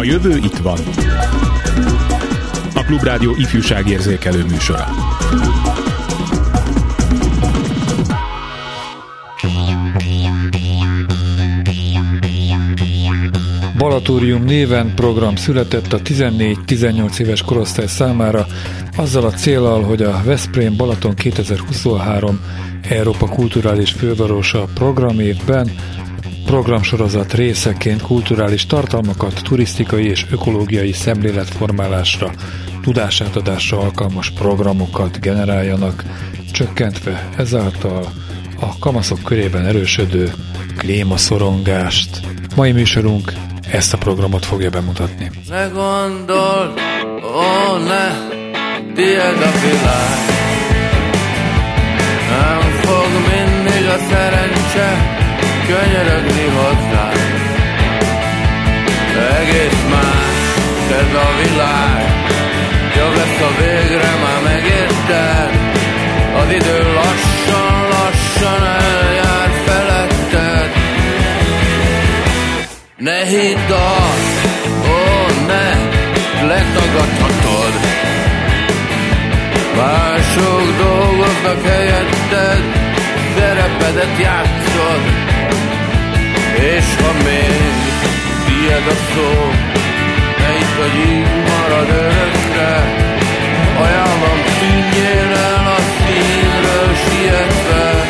jövő itt van. A Klubrádió ifjúságérzékelő műsora. Balatórium néven program született a 14-18 éves korosztály számára, azzal a céllal, hogy a Veszprém Balaton 2023 Európa kulturális fővárosa programévben programsorozat részeként kulturális tartalmakat, turisztikai és ökológiai szemléletformálásra, tudásátadásra alkalmas programokat generáljanak, csökkentve ezáltal a kamaszok körében erősödő klímaszorongást. Mai műsorunk ezt a programot fogja bemutatni. Ne gondold, ó ne, tiéd a világ. Nem fog mindig a szerencse könyörögni hozzá. Egész más ez a világ, jobb lesz a végre, már megérted. Az idő lassan eljár feletted. Ne hidd azt, ó ne, letagadhatod. Mások dolgoznak helyetted, szerepedet játszod. És ha még tiéd a szó, ne hidd, hogy így marad örökre. Ajánlom, tűnjél el a színről sietve.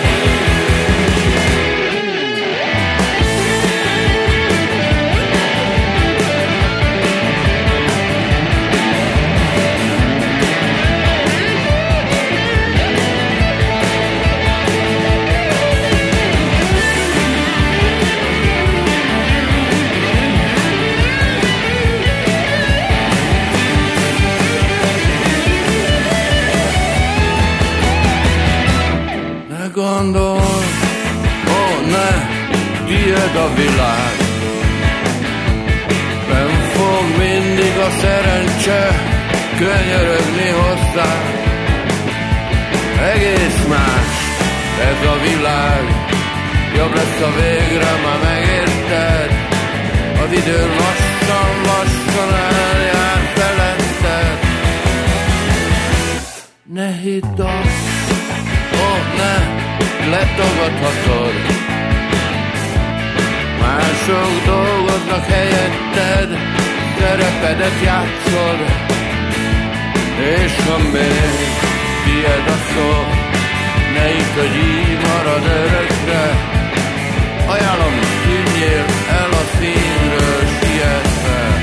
Gondol, ó ne, tiéd a világ. Nem fog mindig a szerencse könyörögni hozzá. Egész más ez a világ, jobb lesz a végre, már megérted. Az idő lassan eljár feletted. Ne hidd azt, ó ne, letagadhatod. Mások dolgoznak helyetted, szerepedet játszod. És ha még tiéd a szó, ne hidd, hogy így marad örökre. Ajánlom, tűnjél el a színről sietve.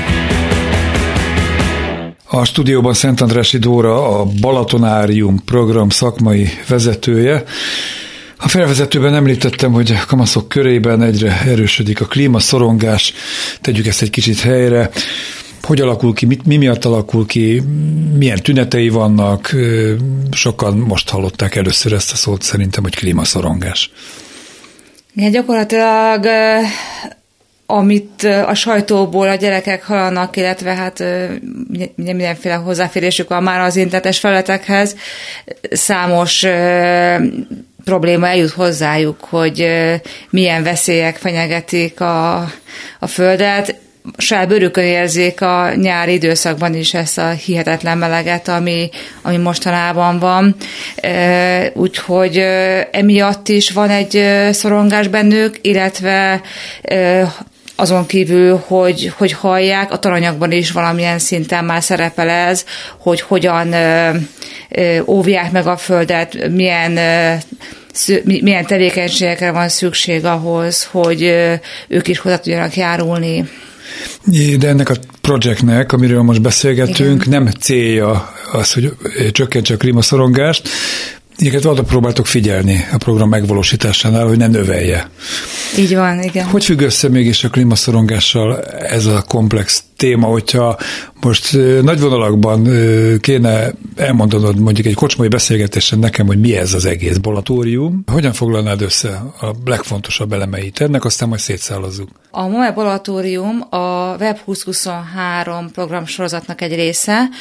A stúdióban Szentandrássy Dóra, a Balatonárium program szakmai vezetője. A felvezetőben említettem, hogy a kamaszok körében egyre erősödik a klímaszorongás. Tegyük ezt egy kicsit helyre. Hogy alakul ki, mi miatt alakul ki, milyen tünetei vannak? Sokan most hallották először ezt a szót szerintem, hogy klímaszorongás. Igen, gyakorlatilag amit a sajtóból a gyerekek hallanak, illetve hát mindenféle hozzáférésük van már az internetes felületekhez, számos probléma eljut hozzájuk, hogy milyen veszélyek fenyegetik a Földet. Saját bőrükön érzik a nyári időszakban is ezt a hihetetlen meleget, ami mostanában van. Úgyhogy emiatt is van egy szorongás bennük, illetve azon kívül, hogy hallják, a tananyagban is valamilyen szinten már szerepel ez, hogy hogyan óvják meg a Földet, milyen tevékenységekre van szükség ahhoz, hogy ők is hozzá tudjanak járulni. De ennek a projektnek, amiről most beszélgetünk, igen, nem célja az, hogy csökkentse a klímaszorongást. Ilyenkor oda próbáltok figyelni a program megvalósításánál, hogy ne növelje. Így van, igen. Hogy függ össze mégis a klímaszorongással ez a komplex téma, hogyha most nagy vonalakban kéne elmondanod mondjuk egy kocsmai beszélgetésen nekem, hogy mi ez az egész Balatórium, hogyan foglalnád össze a legfontosabb elemeit ennek, aztán majd szétszállazzuk. A MOME Balatórium a Web 2023 programsorozatnak egy része,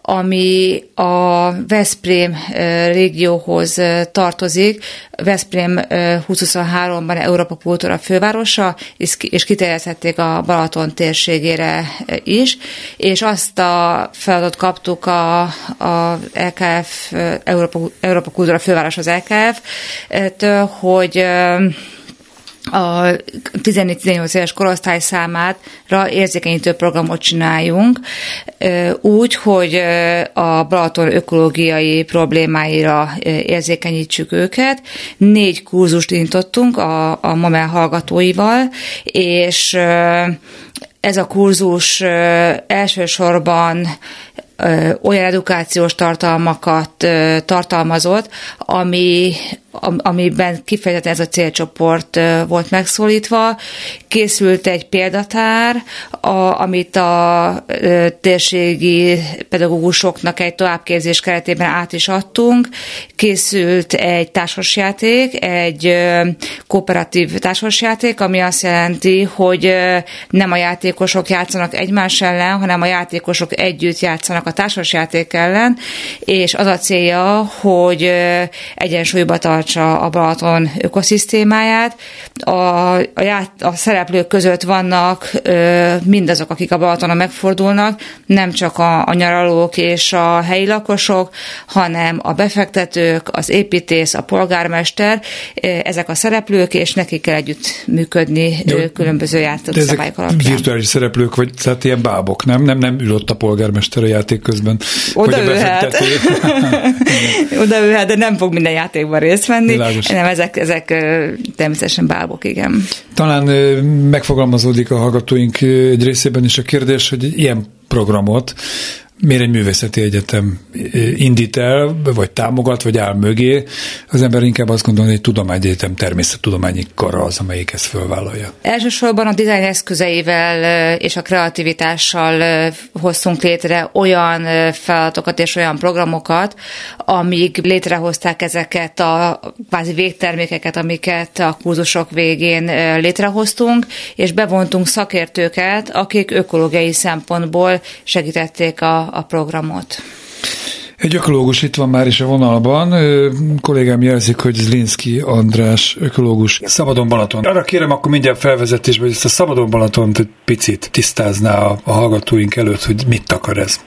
ami a Veszprém régióhoz tartozik. Veszprém 2023-ban Európa Kultúra fővárosa, és kiterjesztették a Balaton térségére is, és azt a feladatot kaptuk a LKF, Európa Kultúra főváros az LKF-től, hogy a 14-18 éves korosztály számára érzékenyítő programot csináljunk, úgy, hogy a Balaton ökológiai problémáira érzékenyítsük őket. 4 kurzust indítottunk a MAMEL hallgatóival, és ez a kurzus elsősorban olyan edukációs tartalmakat tartalmazott, amiben kifejezetten ez a célcsoport volt megszólítva. Készült egy példatár, amit a térségi pedagógusoknak egy továbbképzés keretében át is adtunk. Készült egy társasjáték, egy kooperatív társasjáték, ami azt jelenti, hogy nem a játékosok játszanak egymás ellen, hanem a játékosok együtt játszanak a társasjáték ellen, és az a célja, hogy egyensúlyba tartsa a Balaton ökoszisztémáját. A szereplők között vannak mindazok, akik a Balatonon megfordulnak, nem csak a nyaralók és a helyi lakosok, hanem a befektetők, az építész, a polgármester, ezek a szereplők, és nekik kell együtt működni különböző játékszabályok alapján. Virtuális szereplők, vagy tehát ilyen bábok, nem ül ott a polgármester a játék közben. Odaülhet. Odaülhet, de nem fog minden játékban részt venni. Világos. Nem, ezek természetesen bábok, igen. Talán megfogalmazódik a hallgatóink egy részében is a kérdés, hogy ilyen programot miért egy művészeti egyetem indít el, vagy támogat, vagy áll mögé. Az ember inkább azt gondolja, hogy egy tudományegyetem természettudományi kara az, amelyik ezt fölvállalja. Elsősorban a dizájn eszközeivel és a kreativitással hoztunk létre olyan feladatokat és olyan programokat, amíg létrehozták ezeket a kvázi végtermékeket, amiket a kurzusok végén létrehoztunk, és bevontunk szakértőket, akik ökológiai szempontból segítették a programot. Egy ökológus itt van már is a vonalban. Kollégám jelzik, hogy Zlinszky András ökológus. Szabadon Balaton. Arra kérem akkor mindjárt felvezetésbe, hogy ezt a Szabadon Balatont egy picit tisztázná a hallgatóink előtt, hogy mit akar ez.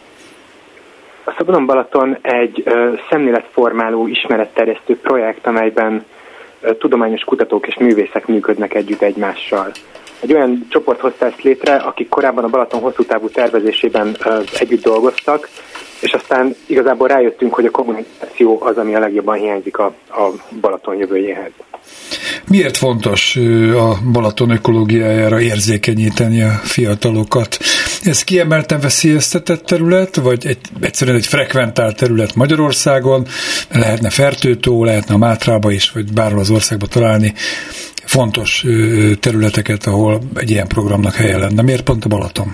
A Szabadon Balaton egy szemléletformáló, ismeretterjesztő projekt, amelyben tudományos kutatók és művészek működnek együtt egymással. Egy olyan csoport hozta ezt létre, akik korábban a Balaton hosszú távú tervezésében együtt dolgoztak, és aztán igazából rájöttünk, hogy a kommunikáció az, ami a legjobban hiányzik a Balaton jövőjéhez. Miért fontos a Balaton ökológiájára érzékenyíteni a fiatalokat? Ez kiemelten veszélyeztetett terület, vagy egyszerűen egy frekventált terület Magyarországon? Lehetne Fertőtó, lehetne a Mátrába is, vagy bárhol az országban találni fontos területeket, ahol egy ilyen programnak helye lenne. Miért pont a Balaton?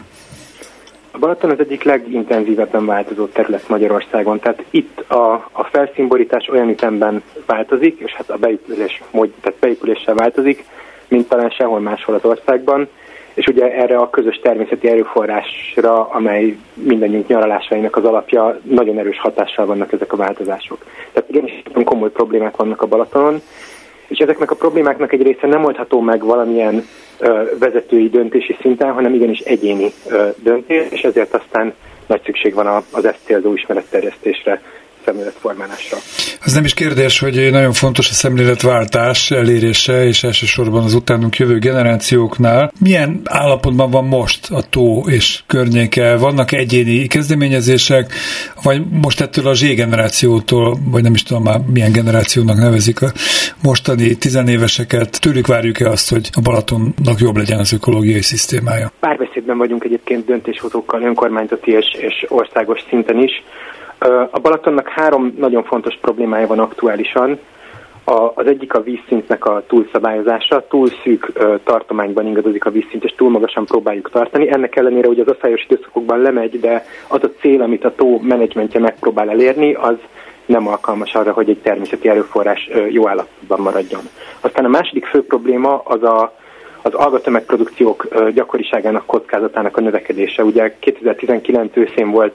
A Balaton az egyik legintenzívebben változó terület Magyarországon, tehát itt a felszínborítás olyan ütemben változik, és hát a beépüléssel változik, mint talán sehol máshol az országban, és ugye erre a közös természeti erőforrásra, amely mindannyiunk nyaralásainak az alapja, nagyon erős hatással vannak ezek a változások. Tehát igenis komoly problémák vannak a Balatonon, és ezeknek a problémáknak egy része nem oldható meg valamilyen vezetői döntési szinten, hanem igenis egyéni döntés, és ezért aztán nagy szükség van az ezt célzó ismeretterjesztésre, szemléletformálásra. Az nem is kérdés, hogy nagyon fontos a szemléletváltás elérése, és elsősorban az utánunk jövő generációknál. Milyen állapotban van most a tó és környéke? Vannak egyéni kezdeményezések, vagy most ettől a Z-generációtól, vagy nem is tudom már milyen generációnak nevezik a mostani tizenéveseket, tőlük várjuk-e azt, hogy a Balatonnak jobb legyen az ökológiai szisztémája? Párbeszédben vagyunk egyébként döntéshozókkal önkormányzati és országos szinten is. A Balatonnak 3 nagyon fontos problémája van aktuálisan. Az egyik a vízszintnek a túlszabályozása, túl szűk tartományban ingadozik a vízszint, és túl magasan próbáljuk tartani. Ennek ellenére, hogy az asszályos időszakokban lemegy, de az a cél, amit a tó menedzsmentje megpróbál elérni, az nem alkalmas arra, hogy egy természeti erőforrás jó állapotban maradjon. Aztán a második fő probléma az algatömegprodukciók gyakoriságának kockázatának a növekedése. Ugye 2019 őszén volt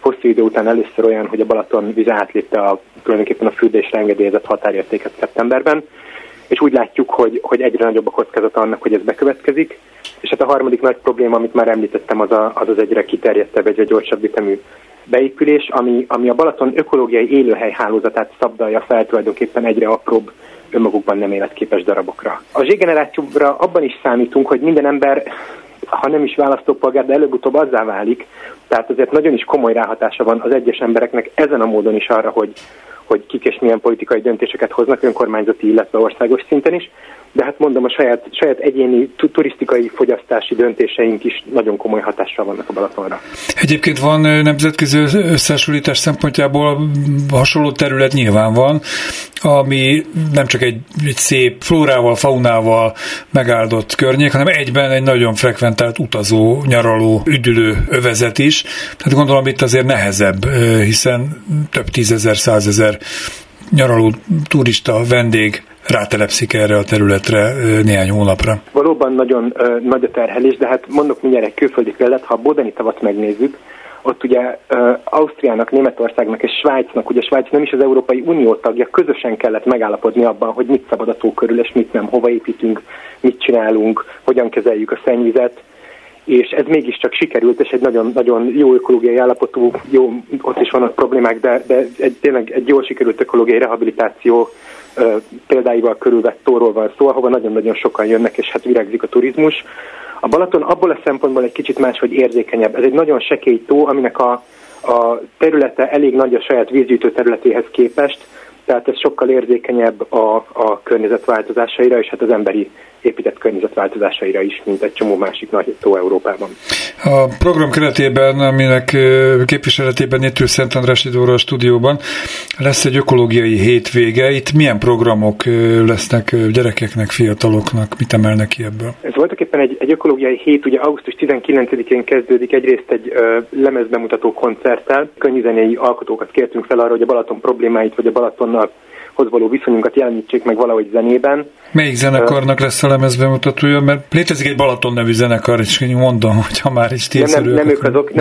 hosszú idő után először olyan, hogy a Balaton vize átlépte tulajdonképpen a fürdésre engedélyezett határértéket szeptemberben, és úgy látjuk, hogy egyre nagyobb a kockázat annak, hogy ez bekövetkezik. És hát a harmadik nagy probléma, amit már említettem, az egyre kiterjedtebb, egyre gyorsabb ütemű beépülés, ami a Balaton ökológiai élőhely hálózatát szabdalja fel tulajdonképpen egyre apróbb, önmagukban nem életképes darabokra. A Z-generációra abban is számítunk, hogy minden ember, ha nem is választópolgár, de előbb-utóbb azzá válik, tehát azért nagyon is komoly ráhatása van az egyes embereknek ezen a módon is arra, hogy kik és milyen politikai döntéseket hoznak önkormányzati, illetve országos szinten is, de hát mondom, a saját egyéni turisztikai fogyasztási döntéseink is nagyon komoly hatással vannak a Balatonra. Egyébként van nemzetközi összehasonlítás szempontjából hasonló terület nyilván van, ami nem csak egy szép flórával, faunával megáldott környék, hanem egyben egy nagyon frekventált utazó, nyaraló, üdülő övezet is. Tehát gondolom itt azért nehezebb, hiszen több 10 000, 100 000 nyaraló turista, vendég rátelepszik erre a területre néhány hónapra. Valóban nagyon nagy a terhelés, de hát mondok mindjárt egy külföldi példát, ha a Bodeni tavat megnézzük, ott ugye Ausztriának, Németországnak és Svájcnak, ugye Svájc nem is az Európai Unió tagja, közösen kellett megállapodni abban, hogy mit szabad a tó körül, és mit nem, hova építünk, mit csinálunk, hogyan kezeljük a szennyvizet, és ez mégiscsak sikerült, és egy nagyon, nagyon jó ökológiai állapotú, jó, ott is vannak problémák, de tényleg egy jól sikerült ökológiai rehabilitáció példáival körülvett tóról van szó, ahova nagyon-nagyon sokan jönnek, és hát virágzik a turizmus. A Balaton abból a szempontból egy kicsit máshogy érzékenyebb. Ez egy nagyon sekély tó, aminek a területe elég nagy a saját vízgyűjtő területéhez képest, tehát ez sokkal érzékenyebb a környezetváltozásaira, és hát az emberi épített környezetváltozásaira is, mint egy csomó másik nagy tó Európában. A program keretében, aminek képviseletében itt ül Szent Andrássy Dóra a stúdióban, lesz egy ökológiai hétvége. Itt milyen programok lesznek gyerekeknek, fiataloknak? Mit emelnek ki ebből? Ez voltaképpen egy ökológiai hét, ugye augusztus 19-én kezdődik, egyrészt egy lemezbemutató koncerttel. Könnyűzenei alkotókat kértünk fel arra, hogy a Balaton problémáit, vagy a Balatonnal való viszonyunkat jelenítsék meg valahogy zenében. Melyik zenekarnak lesz a lemezbemutatója? Mert létezik egy Balaton nevű zenekar, és mondom, hogy ha már is tényszerűek. Nem ők azok.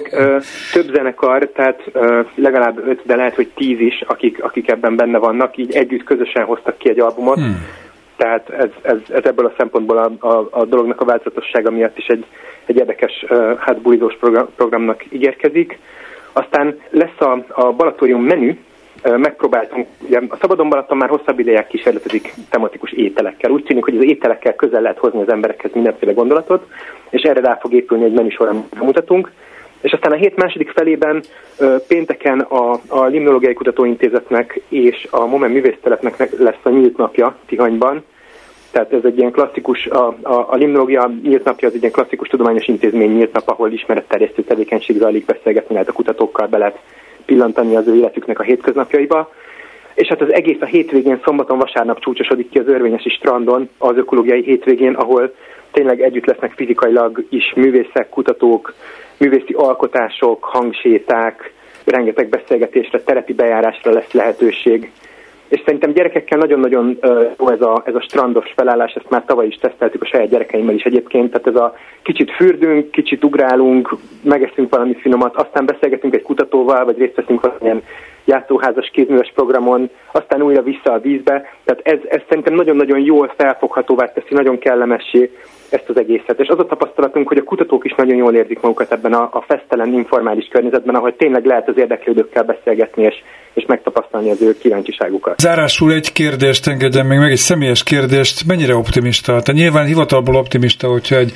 Több zenekar, tehát legalább 5, de lehet, hogy 10 is, akik ebben benne vannak, így együtt közösen hoztak ki egy albumot. Tehát ez ebből a szempontból a dolognak a változatossága miatt is egy érdekes, bulizós programnak ígérkezik. Aztán lesz a Balatórium menü. Megpróbáltunk, ugye a Szabadon Balaton már hosszabb ideje kísérletezik tematikus ételekkel. Úgy tűnik, hogy az ételekkel közel lehet hozni az emberekhez mindenféle gondolatot, és erre rá fog épülni egy menüsor, amit mutatunk. És aztán a hét második felében pénteken a Limnológiai Kutatóintézetnek és a Moment Művésztelepnek lesz a nyílt napja Tihanyban. Tehát ez egy ilyen klasszikus, a Limnológia nyílt napja az egy ilyen klasszikus tudományos intézmény nyílt nap, ahol ismeretterjesztő tevékenység zajlik, beszélgetni lehet a kutatókkal, be lehet pillantani az ő életüknek a hétköznapjaiba. És hát az egész a hétvégén, szombaton, vasárnap csúcsosodik ki az Örvényesi strandon, az ökológiai hétvégén, ahol tényleg együtt lesznek fizikailag is művészek, kutatók, művészi alkotások, hangséták, rengeteg beszélgetésre, terepi bejárásra lesz lehetőség. És szerintem gyerekekkel nagyon-nagyon jó ez a strandos felállás, ezt már tavaly is teszteltük a saját gyerekeimmel is egyébként, tehát ez a kicsit fürdünk, kicsit ugrálunk, megeszünk valami finomat, aztán beszélgetünk egy kutatóval, vagy részt veszünk valamilyen játszóházas kézműves programon, aztán újra vissza a vízbe, tehát ez szerintem nagyon-nagyon jól felfoghatóvá teszi, nagyon kellemessé ezt az egészet. És az a tapasztalatunk, hogy a kutatók is nagyon jól érzik magukat ebben a fesztelen, informális környezetben, ahol tényleg lehet az érdeklődőkkel beszélgetni, és megtapasztalni az ő kíváncsiságukat. Zárásul egy kérdést engedjen meg egy személyes kérdést. Mennyire optimista? Tehát nyilván hivatalból optimista, hogyha egy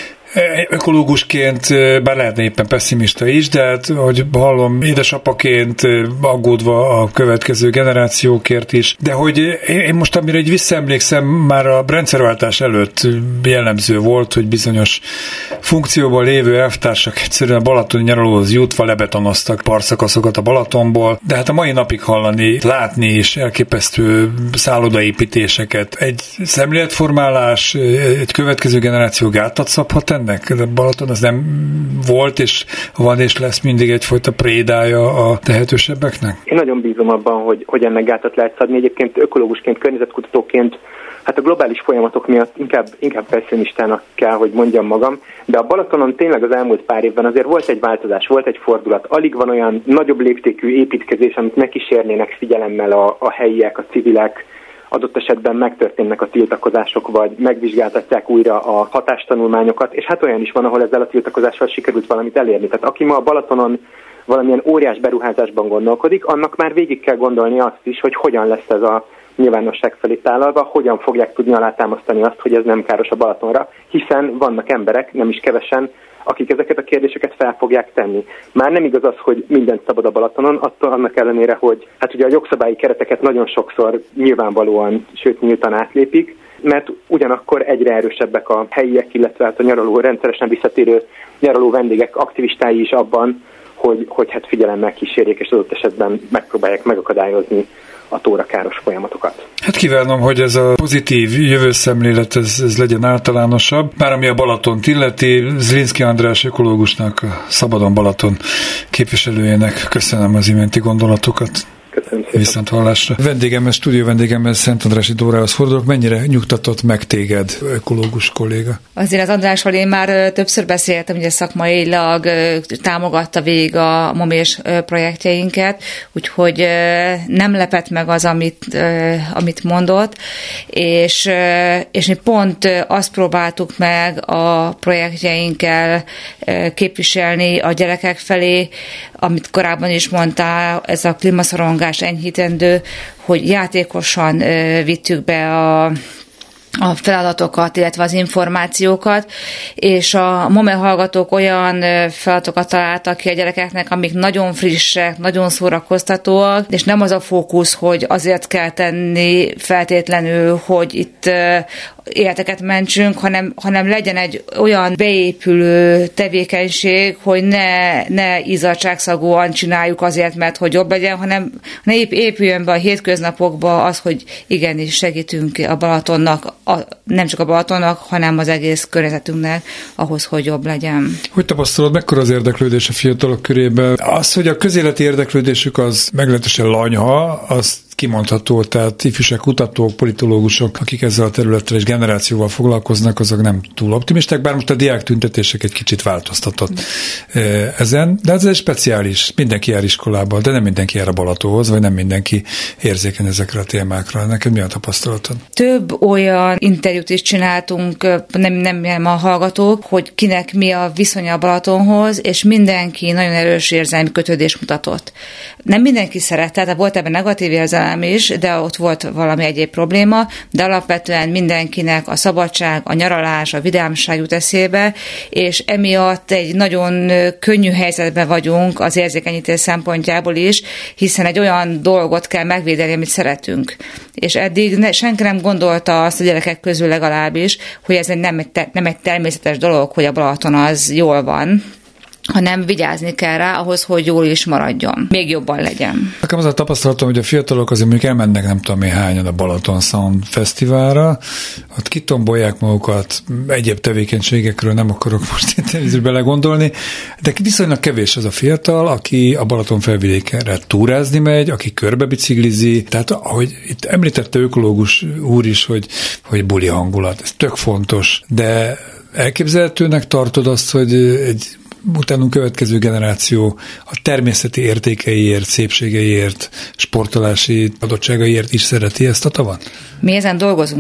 ökológusként, bár lehetne éppen pessimista is, de hát, hogy hallom, édesapaként aggódva a következő generációkért is, de hogy én most, amire egy visszaemlékszem, már a rendszerváltás előtt jellemző volt, hogy bizonyos funkcióban lévő elvtársak egyszerűen a balatoni nyaralóhoz jutva lebetonoztak partszakaszokat a Balatonból, de hát a mai napig hallani, látni is elképesztő szállodaépítéseket. Egy szemléletformálás, egy következő generáció gátat szabhat ennek? A Balaton az nem volt, és van és lesz mindig egyfajta prédája a tehetősebbeknek? Én nagyon bízom abban, hogy ennek gátat lehet szabni. Egyébként ökológusként, környezetkutatóként hát a globális folyamatok miatt inkább pessimistának kell, hogy mondjam magam, de a Balatonon tényleg az elmúlt pár évben azért volt egy változás, volt egy fordulat. Alig van olyan nagyobb léptékű építkezés, amit ne kísérnének figyelemmel a helyiek, a civilek, adott esetben megtörténnek a tiltakozások, vagy megvizsgáltatják újra a hatástanulmányokat, és hát olyan is van, ahol ezzel a tiltakozással sikerült valamit elérni. Tehát aki ma a Balatonon valamilyen óriás beruházásban gondolkodik, annak már végig kell gondolni azt is, hogy hogyan lesz ez a nyilvánosság felé tálalva, hogyan fogják tudni alátámasztani azt, hogy ez nem káros a Balatonra, hiszen vannak emberek, nem is kevesen, akik ezeket a kérdéseket fel fogják tenni. Már nem igaz az, hogy mindent szabad a Balatonon, attól annak ellenére, hogy hát ugye a jogszabályi kereteket nagyon sokszor nyilvánvalóan, sőt nyíltan átlépik, mert ugyanakkor egyre erősebbek a helyiek, illetve hát a nyaraló, rendszeresen visszatérő nyaraló vendégek aktivistái is abban, hogy hát figyelemmel kísérjék, és adott esetben megpróbálják megakadályozni a tórakáros folyamatokat. Hát kívánom, hogy ez a pozitív jövőszemlélet ez legyen általánosabb. Már ami a Balatont illeti, Zrinszky András ökológusnak, a Szabadon Balaton képviselőjének köszönöm az iménti gondolatokat. Köszönöm szépen. Viszont hallásra. Stúdió vendégemmel Szentandrássy Dórához fordulok. Mennyire nyugtatott meg téged, ökológus kolléga? Azért az Andrással én már többször beszéltem, hogy szakmailag támogatta végig a MOMÉS projektjeinket, úgyhogy nem lepett meg az, amit mondott, és mi pont azt próbáltuk meg a projektjeinkkel képviselni a gyerekek felé, amit korábban is mondtál, ez a klímaszorongás enyhítendő, hogy játékosan vittük be a feladatokat, illetve az információkat, és a MOME hallgatók olyan feladatokat találtak ki a gyerekeknek, amik nagyon frissek, nagyon szórakoztatóak, és nem az a fókusz, hogy azért kell tenni feltétlenül, hogy itt életeket mentsünk, hanem legyen egy olyan beépülő tevékenység, hogy ne izzadságszagúan csináljuk azért, mert hogy jobb legyen, hanem épüljön be a hétköznapokba az, hogy igenis segítünk a Balatonnak, nem csak a Balatonnak, hanem az egész környezetünknek ahhoz, hogy jobb legyen. Hogy tapasztalod, mekkora az érdeklődés a fiatalok körében? Az, hogy a közéleti érdeklődésük az meglehetősen lanyha, az kimondható, tehát ifjúságkutatók, politológusok, akik ezzel a területtel és generációval foglalkoznak, azok nem túl optimisták, bár most a diáktüntetések egy kicsit változtatott ezen, de ez egy speciális, mindenki jár iskolába, de nem mindenki jár a Balatonhoz, vagy nem mindenki érzékeny ezekre a témákra. Neked mi a tapasztalatod? Több olyan interjút is csináltunk, nem a hallgatók, hogy kinek mi a viszonya a Balatonhoz, és mindenki nagyon erős érzelmi kötődést mutatott. Nem mindenki szerette, tehát volt ebben negatív érzelem is, de ott volt valami egyéb probléma, de alapvetően mindenkinek a szabadság, a nyaralás, a vidámság jut eszébe, és emiatt egy nagyon könnyű helyzetben vagyunk az érzékenyítés szempontjából is, hiszen egy olyan dolgot kell megvédeni, amit szeretünk. És eddig senki nem gondolta azt a gyerekek közül legalábbis, hogy ez nem egy természetes dolog, hogy a Balaton az jól van, hanem vigyázni kell rá ahhoz, hogy jól is maradjon. Még jobban legyen. Nekem az a tapasztalatom, hogy a fiatalok azért mondjuk elmennek nem tudom hányan a Balaton Sound Fesztiválra, ott kitombolják magukat, egyéb tevékenységekről nem akarok most itt belegondolni, de viszonylag kevés az a fiatal, aki a Balaton felvidékre túrázni megy, aki körbebiciklizi, tehát ahogy itt említette ökológus úr is, hogy buli hangulat, ez tök fontos, de elképzelhetőnek tartod azt, hogy egy utánunk következő generáció a természeti értékeiért, szépségeiért, sportolási adottságaiért is szereti ezt a tavat? Mi ezen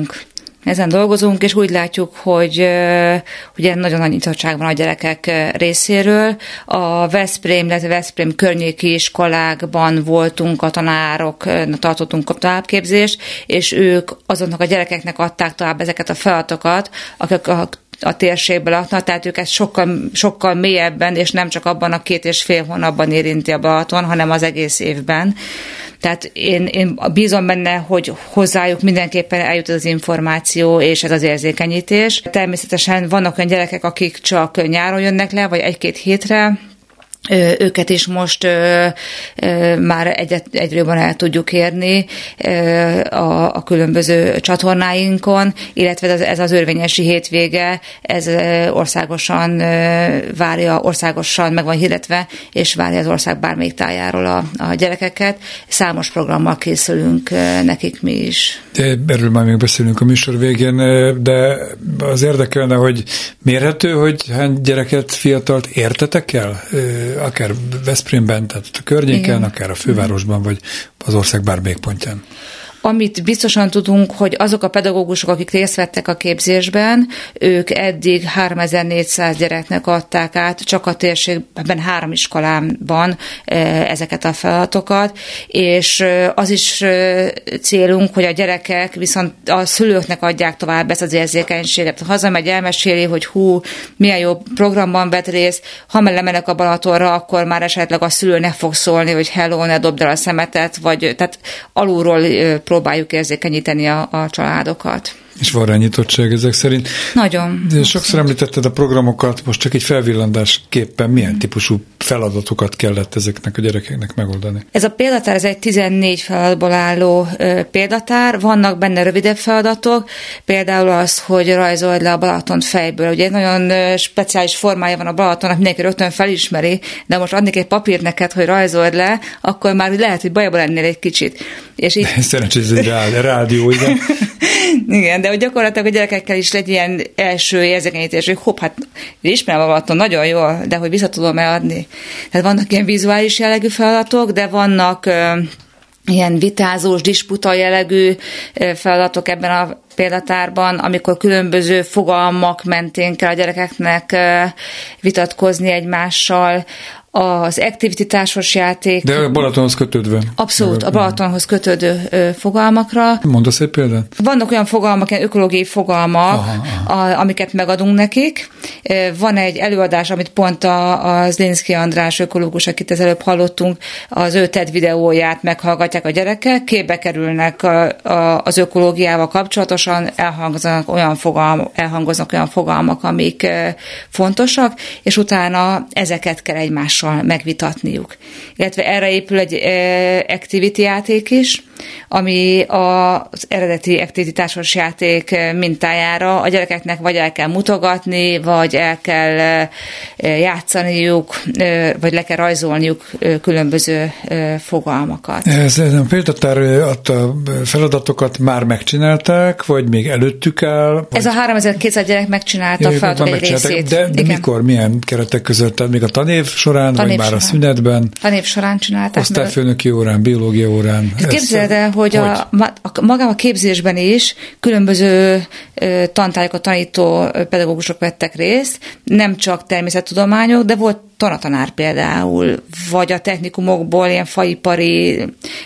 dolgozunk, és úgy látjuk, hogy ugye nagyon nagy nyitottság van a gyerekek részéről. A Veszprém környéki iskolákban voltunk, a tanárok, tartottunk továbbképzést, és ők azoknak a gyerekeknek adták tovább ezeket a feladatokat, akik a térségben laknak, tehát őket sokkal mélyebben, és nem csak abban a 2,5 hónapban érinti a Balaton, hanem az egész évben. Tehát én bízom benne, hogy hozzájuk mindenképpen eljut az információ és ez az érzékenyítés. Természetesen vannak olyan gyerekek, akik csak nyáron jönnek le, vagy 1-2 hétre, őket is most már egyre jobban el tudjuk érni a különböző csatornáinkon, illetve ez az örvényesi hétvége, ez országosan meg van hirdetve, és várja az ország bármelyik tájáról a gyerekeket. Számos programmal készülünk nekik mi is. De erről már még beszélünk a műsor végén, de az érdekelne, hogy mérhető, hogy hány gyereket, fiatalt értetek el? Akár Veszprémben, tehát a környéken, igen, akár a fővárosban, vagy az ország bármelyik pontján. Amit biztosan tudunk, hogy azok a pedagógusok, akik részt vettek a képzésben, ők eddig 3400 gyereknek adták át, csak a térségben 3 iskolában ezeket a feladatokat, és az is célunk, hogy a gyerekek viszont a szülőknek adják tovább ezt az érzékenységet. Hazamegy, elmeséli, hogy milyen jó programban vett részt, ha lemennek a Balatonra, akkor már esetleg a szülő ne fog szólni, hogy hello, ne dobd el a szemetet, vagy tehát alulról próbáljuk érzékenyíteni a családokat. És van rá nyitottság ezek szerint. Nagyon. De sokszor említetted a programokat, most csak egy felvillandásképpen milyen típusú feladatokat kellett ezeknek a gyerekeknek megoldani? Ez a példatár, ez egy 14 feladatból álló példatár, vannak benne rövidebb feladatok, például az, hogy rajzold le a Balatont fejből. Ugye egy nagyon speciális formája van a Balatonnak, mindenki rögtön felismeri, de most adnék egy papírt neked, hogy rajzold le, akkor már lehet, hogy bajban lennél egy kicsit. És így... Szerencsés, ez egy rádió, igen. Igen, de hogy gyakorlatilag a gyerekekkel is legyen ilyen első érzékenyítés, hogy hopp, hát ismerem a Balaton nagyon jól, de hogy vissza tudom-e adni. Tehát vannak ilyen vizuális jellegű feladatok, de vannak ilyen vitázós, disputa jellegű feladatok ebben a példatárban, amikor különböző fogalmak mentén kell a gyerekeknek vitatkozni egymással, az activity társasjáték. De a Balatonhoz kötődve. Abszolút, a Balatonhoz kötődő fogalmakra. Mondasz egy példát? Vannak olyan fogalmak, ilyen ökológiai fogalmak, amiket megadunk nekik. Van egy előadás, amit pont a Zlinszky András ökológus, akit az előbb hallottunk, az ő TED videóját meghallgatják a gyerekek, képbe kerülnek az ökológiával kapcsolatosan, elhangoznak olyan fogalmak, amik fontosak, és utána ezeket kell egymással megvitatniuk. Illetve erre épül egy activity játék is, ami az eredeti activity társasjáték mintájára a gyerekeknek vagy el kell mutogatni, vagy el kell játszaniuk, vagy le kell rajzolniuk különböző fogalmakat. Ez a példatár adta feladatokat már megcsinálták, vagy még előttük áll? Vagy... Ez a 3200 gyerek megcsinálta a feladatok egy részét. De mikor, milyen keretek között? Tehát még a tanév során, vagy már a szünetben? Tanév során csinálták. Osztályfőnöki órán, biológia órán. Képzeld el, hogy magában a képzésben is különböző tantárgyakat tanító pedagógusok vettek részt, nem csak természettudományok, de volt tanatanár például, vagy a technikumokból ilyen faipari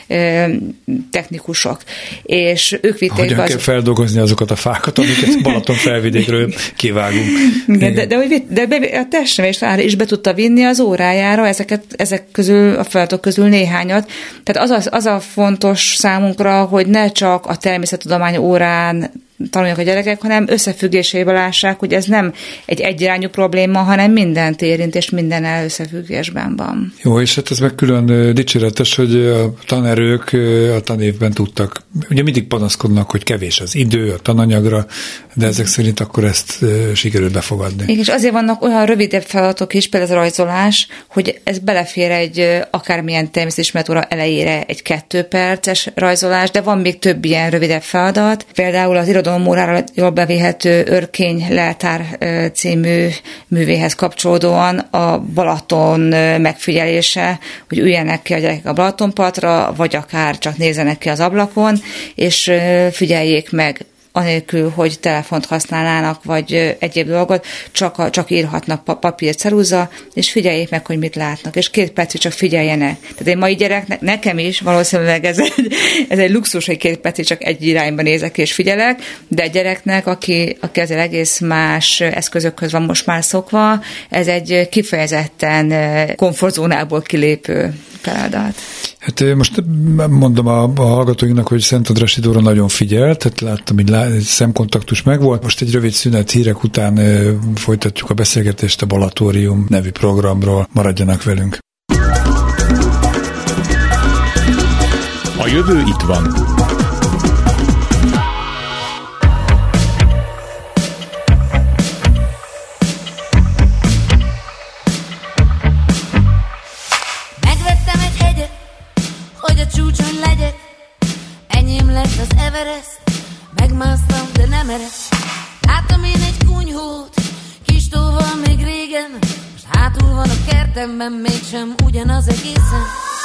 technikusok. És ők vitték hogyan kell feldolgozni azokat a fákat, amiket Balaton felvidékről kivágunk. Igen. De a testnevelés is be tudta vinni az órájára ezek közül, a feladatok közül néhányat. Tehát az a fontos számunkra, hogy ne csak a természettudomány órán tanulják a gyerekek, hanem összefüggéseiben lássák, hogy ez nem egy egyirányú probléma, hanem mindent érint, és minden összefüggésben van. Jó, és hát ez meg külön dicséretes, hogy a tanerők a tanévben tudtak, ugye mindig panaszkodnak, hogy kevés az idő a tananyagra, de ezek szerint akkor ezt sikerült befogadni. Igen, és azért vannak olyan rövidebb feladatok is, például az rajzolás, hogy ez belefér egy akármilyen természetismeret óra elejére egy 2 perces rajzolás, de van még több ilyen rövidebb feladat. Például az irodalomórára jól bevihető Örkény leltár című művéhez kapcsolódóan a Balaton megfigyelése, hogy üljenek ki a gyerekek a Balatonpartra, vagy akár csak nézzenek ki az ablakon, és figyeljék meg, anélkül, hogy telefont használnának, vagy egyéb dolgot, csak írhatnak papír, ceruza, és figyeljék meg, hogy mit látnak, és 2 percig csak figyeljenek. Tehát egy mai gyereknek, nekem is valószínűleg ez egy luxus, hogy 2 percig csak egy irányba nézek és figyelek, de a gyereknek, aki ezzel egész más eszközökhöz van most már szokva, ez egy kifejezetten komfortzónából kilépő feladat. Hát most mondom a hallgatóinknak, hogy Szentandrássy Dóra nagyon figyelt, tehát láttam, hogy szemkontaktus megvolt. Most egy rövid szünet, hírek után folytatjuk a beszélgetést a Balatórium nevű programról. Maradjanak velünk. A jövő itt van. Megvettem egy hegyet, hogy a csúcson legyek. Enyém lett az Everest, megmásztam, de nem eres. Láttam én egy kunyhót, kis tóval még régen. Most hátul van a kertemben, mégsem ugyanaz egészen.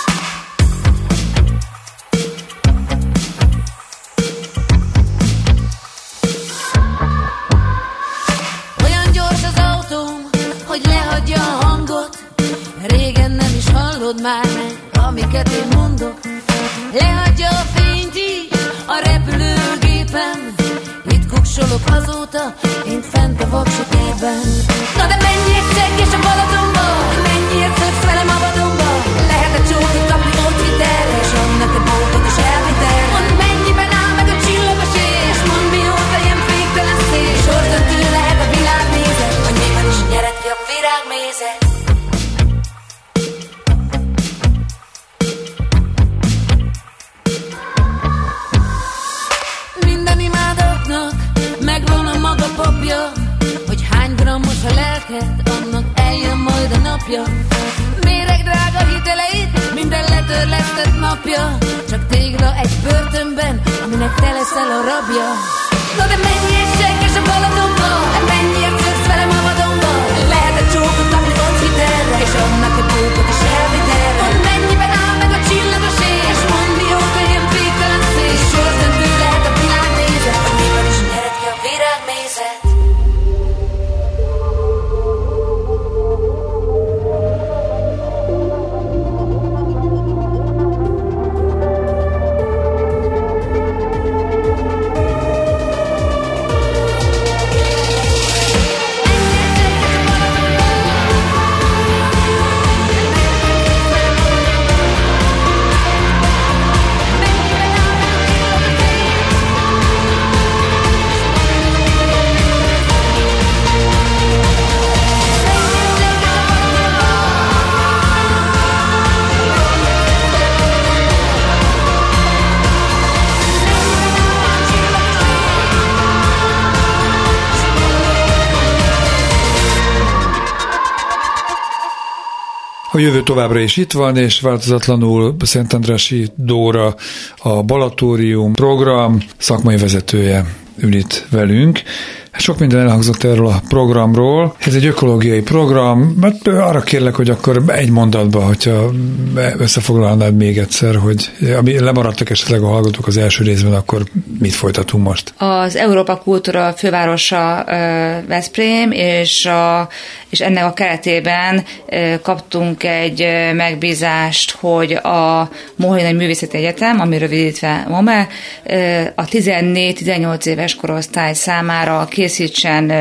Hogy lehagyja a hangot, régen nem is hallod már meg, amiket én mondok. Lehagyja a fényt így a repülőgépen, itt kuksolok azóta, én fent a vaksötétben. Na de menjél csekés a Balatonba, menjél szöksz velem a vadonba. Lehet a csókot kapni ott hitelre, és annak a bókot is elvitel. Mondd mennyiben áll meg a csillagos ég, és mondd mióta ilyen féktelen szél. Sorsdöntő lehet a világnézet, vagy miben is nyered ki a virágmézet. Minden imádoknak megvan a maga papja, hogy hány grammos a lelked, annak eljön majd a napja. Méreg drága hiteleit, minden letörlesztett napja, csak tégla egy börtönben, aminek te leszel a rabja. Na de menjél senkes a Balatonba, menjél szöksz velem a vadonba. Lehet egy csókot kapni ott hitelre, és annak a bókot is elvitelre. Mondd mennyiben áll meg a csillagos ég, és mondd mióta ilyen végtelen szél. Sorsdöntő lehet a világnézet, vagy miben is nyered ki a virágmézet. A jövő továbbra is itt van, és változatlanul Szentandrássy Dóra, a Balatórium program szakmai vezetője ül itt velünk. Sok minden elhangzott erről a programról. Ez egy ökológiai program. Arra kérlek, hogy akkor egy mondatban, hogyha összefoglalnád még egyszer, hogy lemaradtak esetleg a hallgatók az első részben, akkor mit folytatunk most? Az Európa Kultúra fővárosa Veszprém, és ennek a keretében kaptunk egy megbízást, hogy a Mohyai Művészeti Egyetem, ami rövidítve MOME, a 14-18 éves korosztály számára készítsen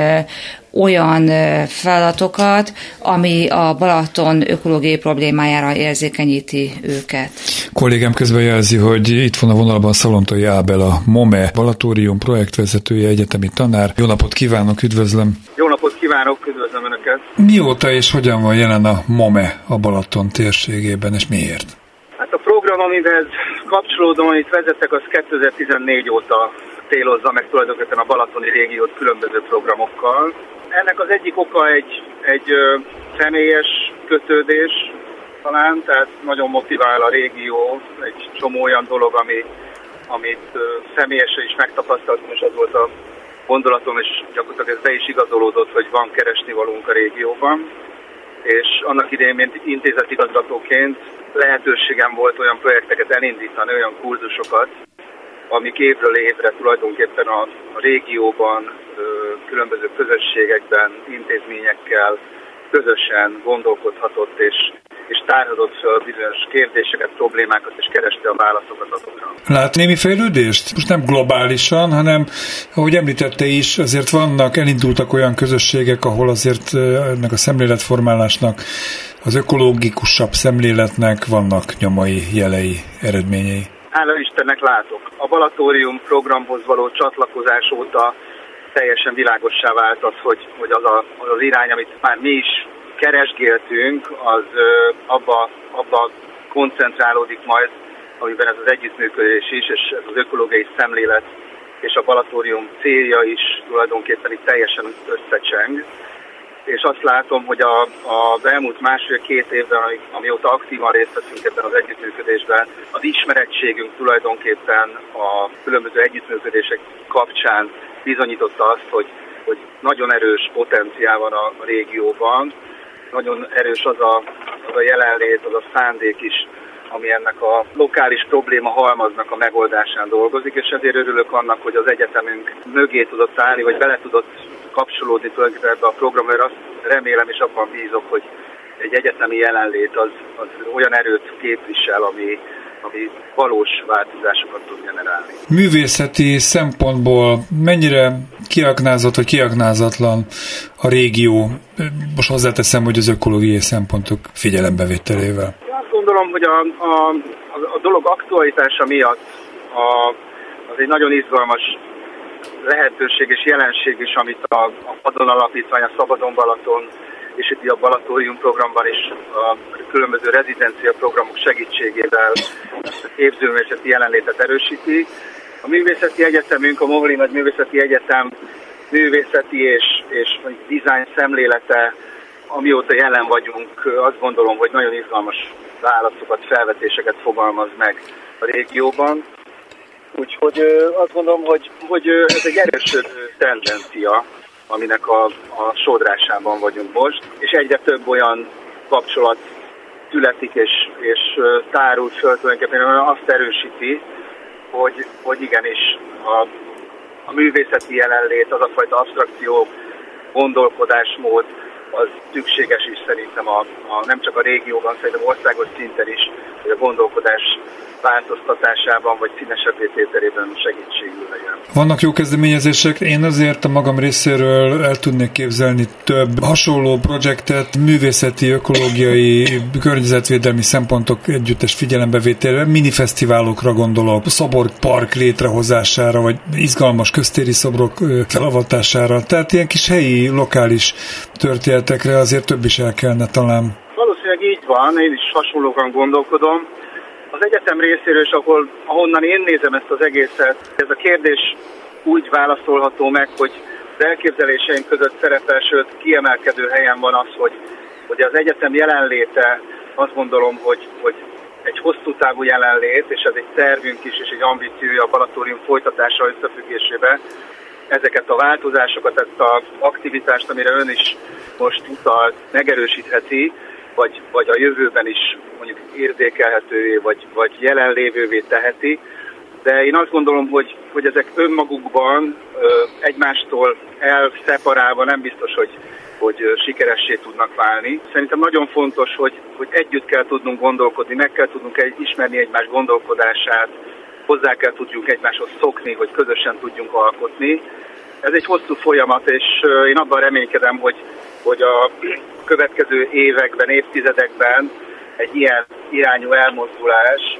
olyan feladatokat, ami a Balaton ökológiai problémájára érzékenyíti őket. Kollégám közben jelzi, hogy itt van a vonalban Szalontai Ábel, a MOME Balatórium projektvezetője, egyetemi tanár. Jó napot kívánok, üdvözlöm! Jó napot kívánok, üdvözlöm Önöket! Mióta és hogyan van jelen a MOME a Balaton térségében, és miért? Hát a program, amihez kapcsolódom, amit vezettek, az 2014 óta célozza meg tulajdonképpen a balatoni régiót különböző programokkal. Ennek az egyik oka egy személyes kötődés talán, tehát nagyon motivál a régió, egy csomó olyan dolog, amit személyesen is megtapasztaltam, és az volt a gondolatom, és gyakorlatilag ez be is igazolódott, hogy van keresnivalónk a régióban. És annak idején, mint intézetigazgatóként lehetőségem volt olyan projekteket elindítani, olyan kurzusokat, amik évről évre tulajdonképpen a régióban, különböző közösségekben, intézményekkel közösen gondolkodhatott és tárhatott fel bizonyos kérdéseket, problémákat, és kereste a válaszokat azokra. Lát némi fejlődést? Most nem globálisan, hanem, ahogy említette is, azért elindultak olyan közösségek, ahol azért ennek a szemléletformálásnak, az ökológikusabb szemléletnek vannak nyomai, jelei, eredményei. hála Istennek látok. A Balatórium programhoz való csatlakozás óta teljesen világossá vált az, hogy az irány, amit már mi is keresgéltünk, az abba koncentrálódik majd, amiben ez az együttműködés is, és ez az ökológiai szemlélet és a Balatórium célja is tulajdonképpen itt teljesen összecseng. És azt látom, hogy az elmúlt 1,5-2 évben, amióta aktívan részt veszünk ebben az együttműködésben, az ismerettségünk tulajdonképpen a különböző együttműködések kapcsán bizonyította azt, hogy nagyon erős potenciál van a régióban, nagyon erős az a jelenlét, az a szándék is, ami ennek a lokális probléma halmaznak a megoldásán dolgozik, és ezért örülök annak, hogy az egyetemünk mögé tudott állni, vagy bele tudott kapcsolódni tulajdonképpen ebbe a programra, mert azt remélem és abban bízok, hogy egy egyetemi jelenlét az olyan erőt képvisel, ami valós változásokat tud generálni. Művészeti szempontból mennyire kiaknázott vagy kiaknázatlan a régió? Most hozzáteszem, hogy az ökológiai szempontok figyelembevételével. Azt gondolom, hogy a dolog aktualitása miatt az egy nagyon izgalmas lehetőség és jelenség is, amit a Padon Alapítvány, a Szabadon Balaton és itt a Balatórium programban is a különböző rezidencia programok segítségével ezt a képzőművészeti jelenlétet erősíti. A művészeti egyetemünk, a Moholi Nagy Művészeti Egyetem művészeti és design szemlélete, amióta jelen vagyunk, azt gondolom, hogy nagyon izgalmas válaszokat, felvetéseket fogalmaz meg a régióban. Úgyhogy azt gondolom, hogy ez egy erősödő tendencia, aminek a sodrásában vagyunk most, és egyre több olyan kapcsolat születik és tárul föl tulajdonképpen, azt erősíti, hogy igenis a művészeti jelenlét, az a fajta abstrakció, gondolkodásmód, az szükséges is szerintem nem csak a régióban, szerintem országos szinten is, hogy a gondolkodás változtatásában vagy színesebbé tételében segítségül legyen. Vannak jó kezdeményezések, én azért a magam részéről el tudnék képzelni több hasonló projektet, művészeti, ökológiai, környezetvédelmi szempontok együttes figyelembevételre, minifesztiválokra gondolok, szoborpark létrehozására, vagy izgalmas köztéri szobrok felavatására, tehát ilyen kis helyi, lokális történetekre azért több is el kellene talán. Valószínűleg így van, én is hasonlókan gondolkodom. Az egyetem részéről, és ahonnan én nézem ezt az egészet, ez a kérdés úgy válaszolható meg, hogy az elképzeléseim között szerepel, sőt kiemelkedő helyen van az, hogy az egyetem jelenléte, azt gondolom, hogy egy hosszú távú jelenlét, és ez egy tervünk is, és egy ambíciója a Balatórium folytatása összefüggésében. Ezeket a változásokat, ezt az aktivitást, amire ön is most utalt, megerősítheti, vagy a jövőben is mondjuk érzékelhetővé, vagy jelenlévővé teheti. De én azt gondolom, hogy ezek önmagukban egymástól elszeparálva nem biztos, hogy sikeressé tudnak válni. Szerintem nagyon fontos, hogy együtt kell tudnunk gondolkodni, meg kell tudnunk ismerni egymás gondolkodását, hozzá kell tudjunk egymáshoz szokni, hogy közösen tudjunk alkotni. Ez egy hosszú folyamat, és én abban reménykedem, hogy a következő években, évtizedekben egy ilyen irányú elmozdulás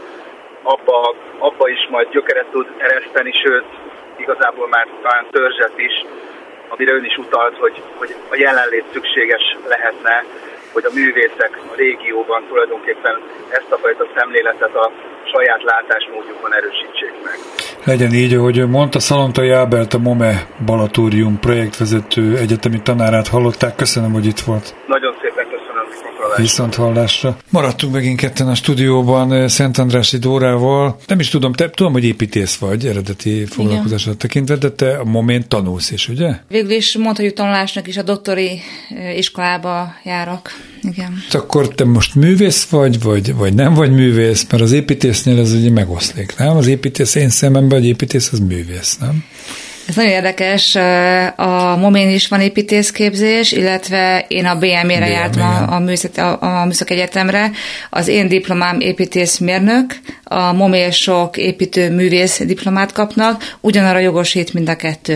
abba is majd gyökeret tud ereszteni, sőt, igazából már talán törzset is, amire ön is utalt, hogy a jelenlét szükséges lehetne, hogy a művészek a régióban tulajdonképpen ezt a fajta szemléletet a saját látásmódjukon erősítsék meg. Legyen így, ahogy mondta, Szalontai Ábelt, a MOME Balatórium projektvezető egyetemi tanárát hallották. Köszönöm, hogy itt volt. Nagyon szépen köszönöm. Viszont hallásra. Maradtunk megint ketten a stúdióban Szentandrássy Dórával. Nem is tudom, tudom, hogy építész vagy eredeti foglalkozását tekintve, de te a MOME-n tanulsz is, ugye? Végül is mondhatjuk tanulásnak is a doktori iskolába járok. Igen. Akkor te most művész vagy nem vagy művész, mert az építésznél ez ugye megoszlik, nem? Az építész én szememben, hogy építész az művész, nem? Ez nagyon érdekes, a MOME-n is van építészképzés, illetve én a BM-re jártam a Műszaki Egyetemre. Az én diplomám építészmérnök, a MOME-sok építőművész diplomát kapnak, ugyanarra jogosít mind a kettő.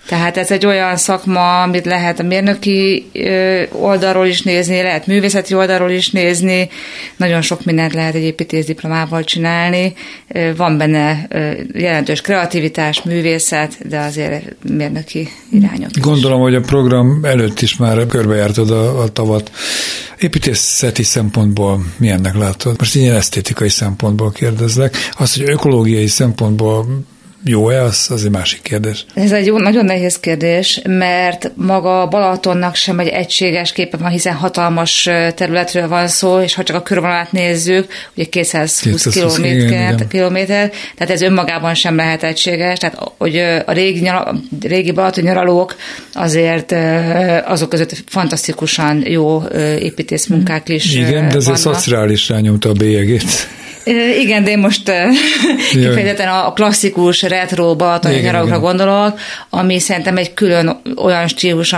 Tehát ez egy olyan szakma, amit lehet a mérnöki oldalról is nézni, lehet művészeti oldalról is nézni, nagyon sok mindent lehet egy építészdiplomával csinálni. Van benne jelentős kreativitás, művészet, de azért mérnöki irányok. Gondolom, hogy a program előtt is már körbejártad a tavat. Építészeti szempontból milyennek látod? Most ilyen esztétikai szempontból kérdezlek. Azt, hogy ökológiai szempontból jó-e, az egy másik kérdés. Ez egy nagyon nehéz kérdés, mert maga Balatonnak sem egy egységes képe van, hiszen hatalmas területről van szó, és ha csak a körvonalát nézzük, ugye 220 kilométer, tehát ez önmagában sem lehet egységes, tehát hogy a régi Balaton nyaralók azért azok között fantasztikusan jó építészmunkák is igen, de azért szociális rányomta a bélyegét. Igen, de én most kifejezetten a klasszikus retro balatoni nyaralókra gondolok, ami szerintem egy külön olyan stílus,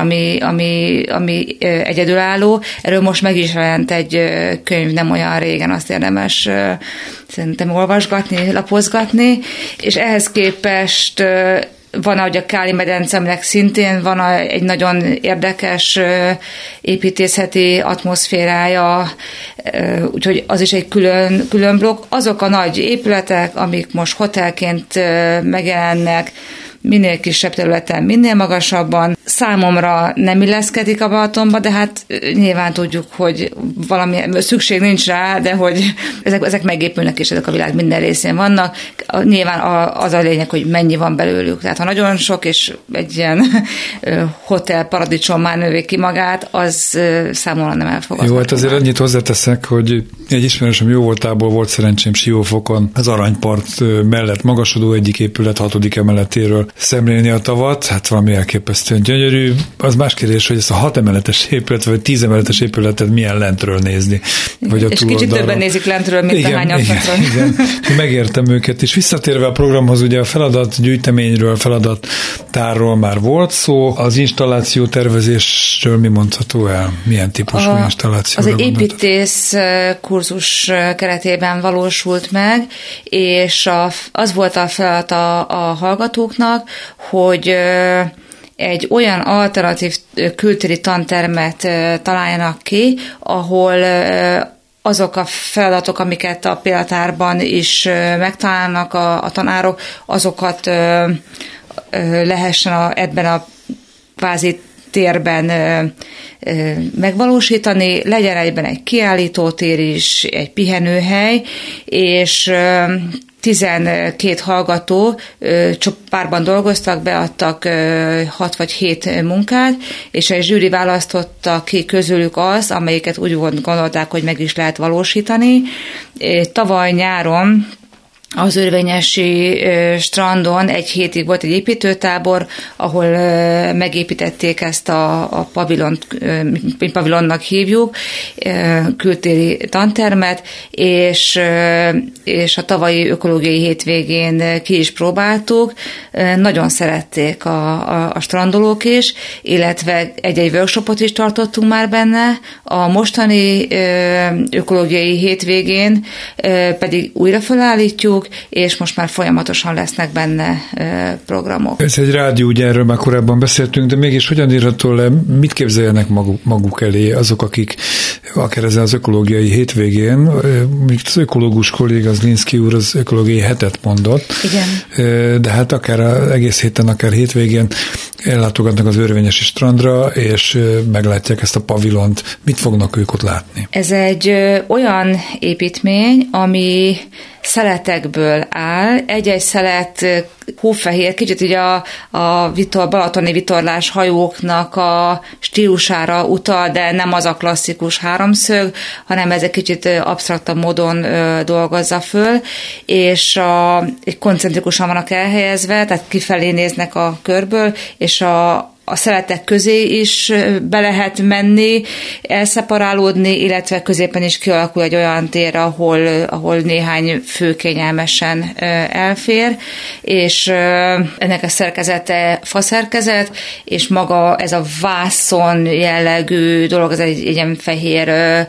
ami egyedülálló. Erről most meg is jelent egy könyv nem olyan régen, azt érdemes szerintem olvasgatni, lapozgatni, és ehhez képest van, ahogy a Káli medence, aminek szintén van egy nagyon érdekes építészeti atmoszférája, úgyhogy az is egy külön blokk. Azok a nagy épületek, amik most hotelként megjelennek, minél kisebb területen, minél magasabban. Számomra nem illeszkedik a Balatonba, de hát nyilván tudjuk, hogy valami szükség nincs rá, de hogy ezek megépülnek, és ezek a világ minden részén vannak. Nyilván az a lényeg, hogy mennyi van belőlük. Tehát ha nagyon sok, és egy ilyen hotel paradicsom már növi ki magát, az számomra nem elfogadható. Jó, hát azért annyit hozzáteszek, hogy egy ismerősöm jó voltából volt szerencsém Siófokon, az Aranypart mellett magasodó egyik épület 6. emeletéről szemlélni a tavat, hát valami elképesztően gyönyörű. Az más kérdés, hogy ezt a 6 emeletes épület, vagy 10 emeletes épületet milyen lentről nézni. Vagy és kicsit többen nézik lentről, mint igen, a hányatról. Igen, megértem őket. És visszatérve a programhoz, ugye a feladatgyűjteményről, feladattárról már volt szó. Az installáció tervezésről mi mondható el? Milyen típusú installációra Az egy építész kurzus keretében valósult meg, és az volt a feladat a hallgatóknak, hogy egy olyan alternatív kültéri tantermet találjanak ki, ahol azok a feladatok, amiket a példátárban is megtalálnak a tanárok, azokat lehessen ebben a kvázi térben megvalósítani, legyen egyben egy kiállítótér is, egy pihenőhely, és 12 hallgató párban dolgoztak, beadtak 6 vagy 7 munkát, és egy zsűri választotta ki közülük azt, amelyiket úgy gondolták, hogy meg is lehet valósítani. Tavaly nyáron az Örvényesi strandon egy hétig volt egy építőtábor, ahol megépítették ezt a pavilont, pavilonnak hívjuk, kültéri tantermet, és a tavalyi ökológiai hétvégén ki is próbáltuk. Nagyon szerették a strandolók is, illetve egy workshopot is tartottunk már benne. A mostani ökológiai hétvégén pedig újra felállítjuk, és most már folyamatosan lesznek benne programok. Ez egy rádió, ugye erről már korábban beszéltünk, de mégis hogyan írható le, mit képzeljenek maguk elé azok, akik akár ezen az ökológiai hétvégén, még az ökológus kolléga, az Linszky úr az ökológiai hetet mondott, igen. De hát akár egész héten, akár hétvégén ellátogatnak az Örvényesi strandra, és meglátják ezt a pavilont. Mit fognak ők ott látni? Ez egy olyan építmény, ami szeletekből áll. Egy-egy szelet hófehér, kicsit így a balatoni vitorlás hajóknak a stílusára utal, de nem az a klasszikus háromszög, hanem ez egy kicsit absztraktabb módon dolgozza föl, és koncentrikusan vannak elhelyezve, tehát kifelé néznek a körből, és a szeletek közé is be lehet menni, elszeparálódni, illetve középen is kialakul egy olyan tér, ahol néhány fő kényelmesen elfér, és ennek a szerkezete faszerkezet, és maga ez a vászon jellegű dolog, ez egy ilyen fehér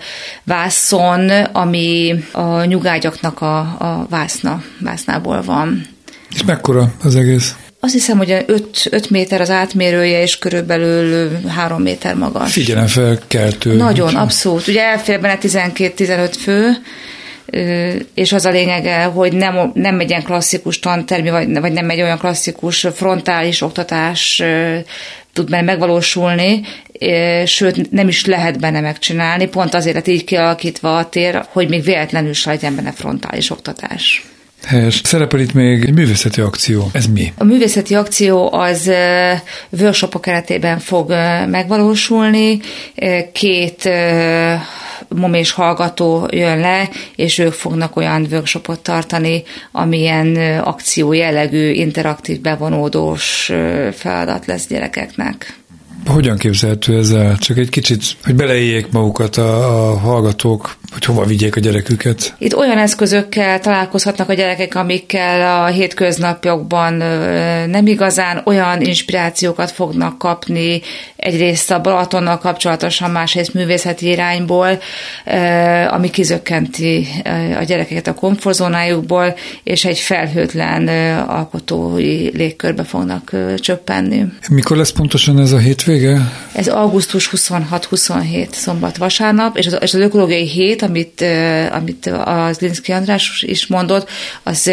vászon, ami a nyugágyaknak a vásznából van. És mekkora az egész? Azt hiszem, hogy 5 méter az átmérője, és körülbelül 3 méter magas. Figyelemfelkeltő. Nagyon, abszolút. Ugye elfér benne 12-15 fő, és az a lényege, hogy nem egy ilyen klasszikus tantermi, vagy nem egy olyan klasszikus frontális oktatás tud benne megvalósulni, sőt nem is lehet benne megcsinálni, pont azért lett így kialakítva a tér, hogy még véletlenül se legyen benne frontális oktatás. Helyes. Szerepel itt még egy művészeti akció. Ez mi? A művészeti akció az workshopok keretében fog megvalósulni. 2 momés hallgató jön le, és ők fognak olyan workshopot tartani, amilyen akció jellegű, interaktív, bevonódós feladat lesz gyerekeknek. Hogyan képzelhető ez el? Csak egy kicsit, hogy beleéljék magukat a hallgatók, hogy hova vigyék a gyereküket? Itt olyan eszközökkel találkozhatnak a gyerekek, amikkel a hétköznapjukban nem igazán, olyan inspirációkat fognak kapni, egyrészt a Balatonnal kapcsolatosan, másrészt művészeti irányból, ami kizökkenti a gyerekeket a komfortzónájukból, és egy felhőtlen alkotói légkörbe fognak csöppenni. Mikor lesz pontosan ez a hétvége? Ez augusztus 26-27 szombat-vasárnap, és az ökológiai hét, amit az Linszky András is mondott, az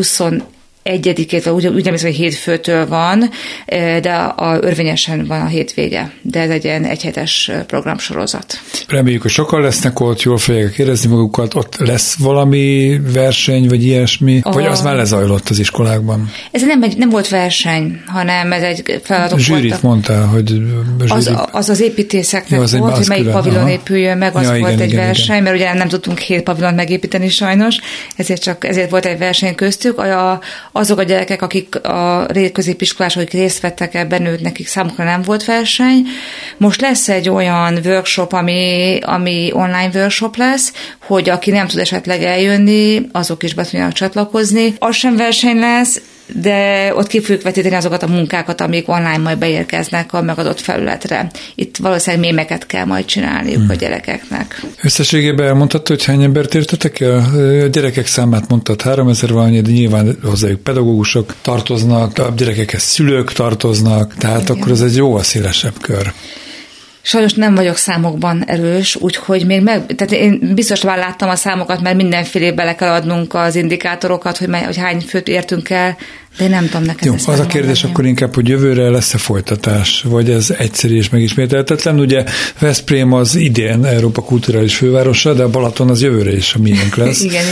21-től, úgy emlékszem, hogy hétfőtől van, de a örvényesen van a hétvége. De ez egy ilyen egyhetes programsorozat. Reméljük, hogy sokan lesznek ott, jól fogják érezni magukat, ott lesz valami verseny, vagy ilyesmi, vagy az már lezajlott az iskolákban? Ez nem volt verseny, hanem ez egy feladatok zsűrit voltak. Mondtál, hogy az építészeknek volt, hogy melyik pavilon épüljön meg, az volt egy verseny, mert ugye nem tudtunk 7 pavilont megépíteni sajnos, ezért volt egy verseny köztük. Azok a gyerekek, akik a középiskolások, akik részt vettek ebben, nekik számukra nem volt verseny. Most lesz egy olyan workshop, ami online workshop lesz, hogy aki nem tud esetleg eljönni, azok is be tudjanak csatlakozni. Az sem verseny lesz, de ott ki fogjuk vetíteni azokat a munkákat, amik online majd beérkeznek a megadott felületre. Itt valószínűleg mémeket kell majd csinálniuk a gyerekeknek. Összességében elmondtad, hogy hány embert értetek el? A gyerekek számát mondtad 3000 valami, de nyilván hozzájuk pedagógusok tartoznak, a gyerekekhez szülők tartoznak, tehát igen. Akkor ez egy jóval szélesebb kör. Sajnos nem vagyok számokban erős, úgyhogy még tehát én biztos már láttam a számokat, mert mindenféle bele kell adnunk az indikátorokat, hogy hány főt értünk el, de én nem tudom neked. Jó, az a kérdés akkor inkább, hogy jövőre lesz-e folytatás, vagy ez egyszerű és megismételhetetlen. Ugye Veszprém az idén Európa kulturális fővárosa, de a Balaton az jövőre is a miénk lesz. Igen.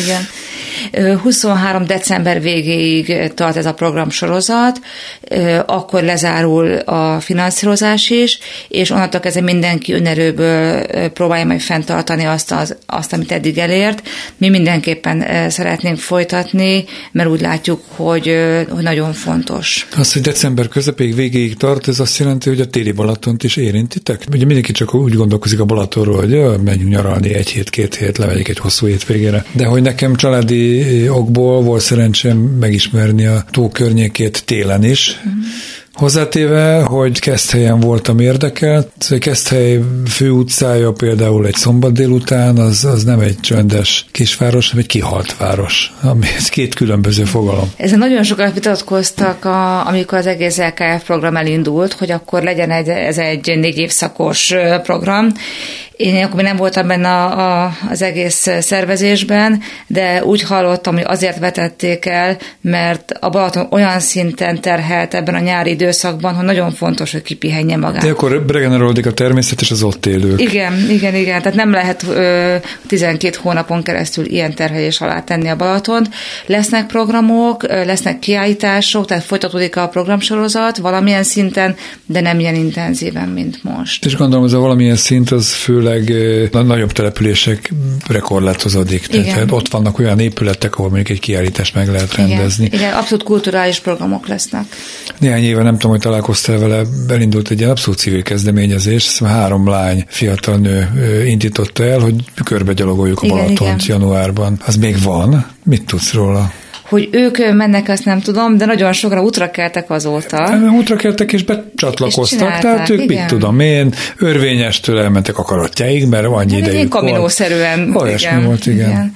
23. december végéig tart ez a programsorozat, akkor lezárul a finanszírozás is, és onnantól kezdve mindenki önerőből próbálja majd fenntartani azt, amit eddig elért. Mi mindenképpen szeretnénk folytatni, mert úgy látjuk, hogy nagyon fontos. Az, hogy december közepéig végéig tart, ez azt jelenti, hogy a téli Balatont is érintitek? Ugye mindenki csak úgy gondolkozik a Balatonról, hogy megyünk nyaralni 1 hét, 2 hét, lemegyek egy hosszú hétvégére. De hogy nekem családi okból volt szerencsém megismerni a tó környékét télen is. Hozzátéve, hogy Keszthelyen voltam érdekelt, Keszthely főutcája például egy szombat délután, az nem egy csendes kisváros, hanem egy kihalt város, ami ez 2 különböző fogalom. Ezen nagyon sokat vitatkoztak, amikor az egész LKF program elindult, hogy akkor legyen ez egy 4 évszakos program. Én akkor nem voltam benne az egész szervezésben, de úgy hallottam, hogy azért vetették el, mert a Balaton olyan szinten terhelt ebben a nyári időszakban, hogy nagyon fontos, hogy kipihenje magát. De akkor regenerálódik a természet és az ott élők. Igen. Tehát nem lehet 12 hónapon keresztül ilyen terhelés alá tenni a Balatont. Lesznek programok, lesznek kiállítások, tehát folytatódik a programsorozat valamilyen szinten, de nem ilyen intenzíven, mint most. És gondolom, ez a valamilyen szint az főleg a nagyobb településekre korlátozódik. Tehát ott vannak olyan épületek, ahol mondjuk egy kiállítást meg lehet rendezni. Igen, abszolút kulturális programok lesznek. Néhány éve, nem tudom, hogy találkoztál vele, elindult egy ilyen abszolút civil kezdeményezés, azt hiszem 3 lány, fiatal nő indította el, hogy körbe gyalogoljuk a Balatont januárban. Az még van? Mit tudsz róla? Hogy ők mennek, azt nem tudom, de nagyon sokra útra keltek azóta. Útra keltek és becsatlakoztak, tehát ők, mit tudom én, Örvényestől elmentek a Karattyáig, mert annyi idejük volt. Kaminószerűen. Olyasmi volt, igen.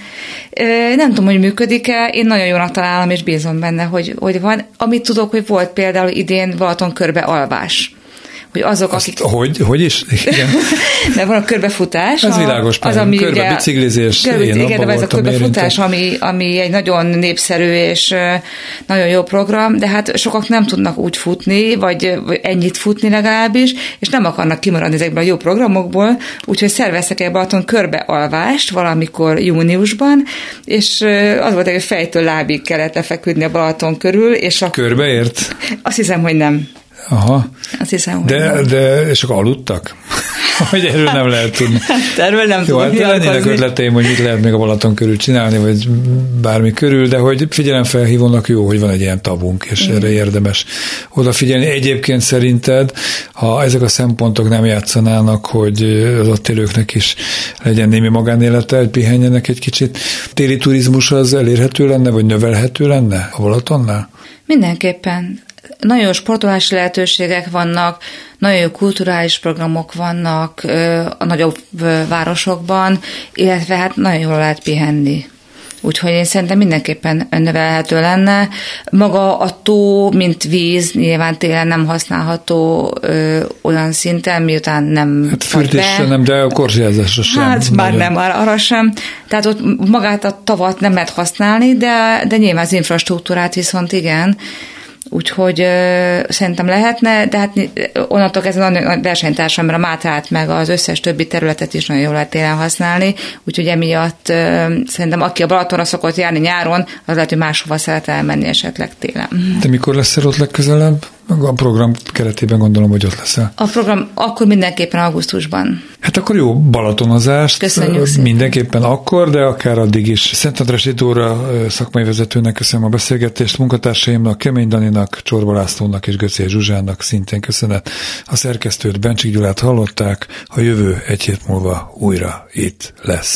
Nem tudom, hogy működik-e, én nagyon jónak találom, és bízom benne, hogy van. Amit tudok, hogy volt például idén Balaton körbe alvás. Hogy azok, akik... Hogy is? Igen. De van a körbefutás. Ez világos, az, ami körbebiciklizés. Igen, de ez a körbefutás, ami egy nagyon népszerű és nagyon jó program, de hát sokak nem tudnak úgy futni, vagy ennyit futni legalábbis, és nem akarnak kimaradni ezekből a jó programokból, úgyhogy szerveztek egy Balaton körbealvást valamikor júniusban, és az volt, hogy fejtől lábig kellett lefeküdni a Balaton körül. És Körbeért? Azt hiszem, hogy nem. Aha. Azt hiszem, hogy de és akkor aludtak? Hogy erről nem lehet tudni. Erről nem tudom. Jó, hát lennének ötleteim, hogy mit lehet még a Balaton körül csinálni, vagy bármi körül, de hogy figyelemfelhívónak jó, hogy van egy ilyen tabunk, és erre érdemes odafigyelni. Egyébként szerinted, ha ezek a szempontok nem játszanának, hogy az ott élőknek is legyen némi magánélete, hogy pihenjenek egy kicsit, téli turizmus az elérhető lenne, vagy növelhető lenne a Balatonnál? Mindenképpen. Nagyon jó sportolási lehetőségek vannak, nagyon jó kulturális programok vannak a nagyobb városokban, illetve hát nagyon jól lehet pihenni. Úgyhogy én szerintem mindenképpen növelhető lenne. Maga a tó, mint víz, nyilván télen nem használható olyan szinten, miután nem hát fürtésre nem, de a korsijázásra sem. Hát bár nem, arra sem. Tehát ott magát a tavat nem lehet használni, de nyilván az infrastruktúrát viszont igen. Úgyhogy szerintem lehetne, de hát onnantól kezdve a versenytársam, mert a Mátrát meg az összes többi területet is nagyon jól lehet télen használni, úgyhogy emiatt szerintem aki a Balatonra szokott járni nyáron, az lehet, hogy máshova szeret elmenni esetleg télen. De mikor leszel ott legközelebb? A program keretében gondolom, hogy ott leszel. A program akkor mindenképpen augusztusban. Hát akkor jó balatonozást. Köszönjük szépen. Mindenképpen akkor, de akár addig is. Szentandrássy Dóra szakmai vezetőnek köszönöm a beszélgetést, munkatársaimnak, Kemény Daninak, Csorba Lászlónak és Göcé Zsuzsának szintén köszönet. A szerkesztőt, Bencsik Gyulát hallották, a jövő egy hét múlva újra itt lesz.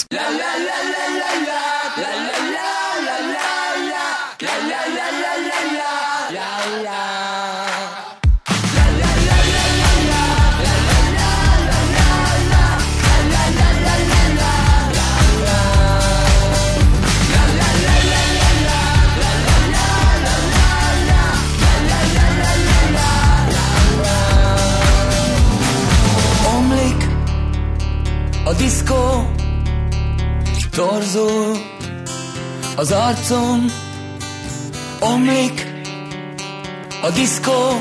A diszkó torzul az arcom, omlik a diszkó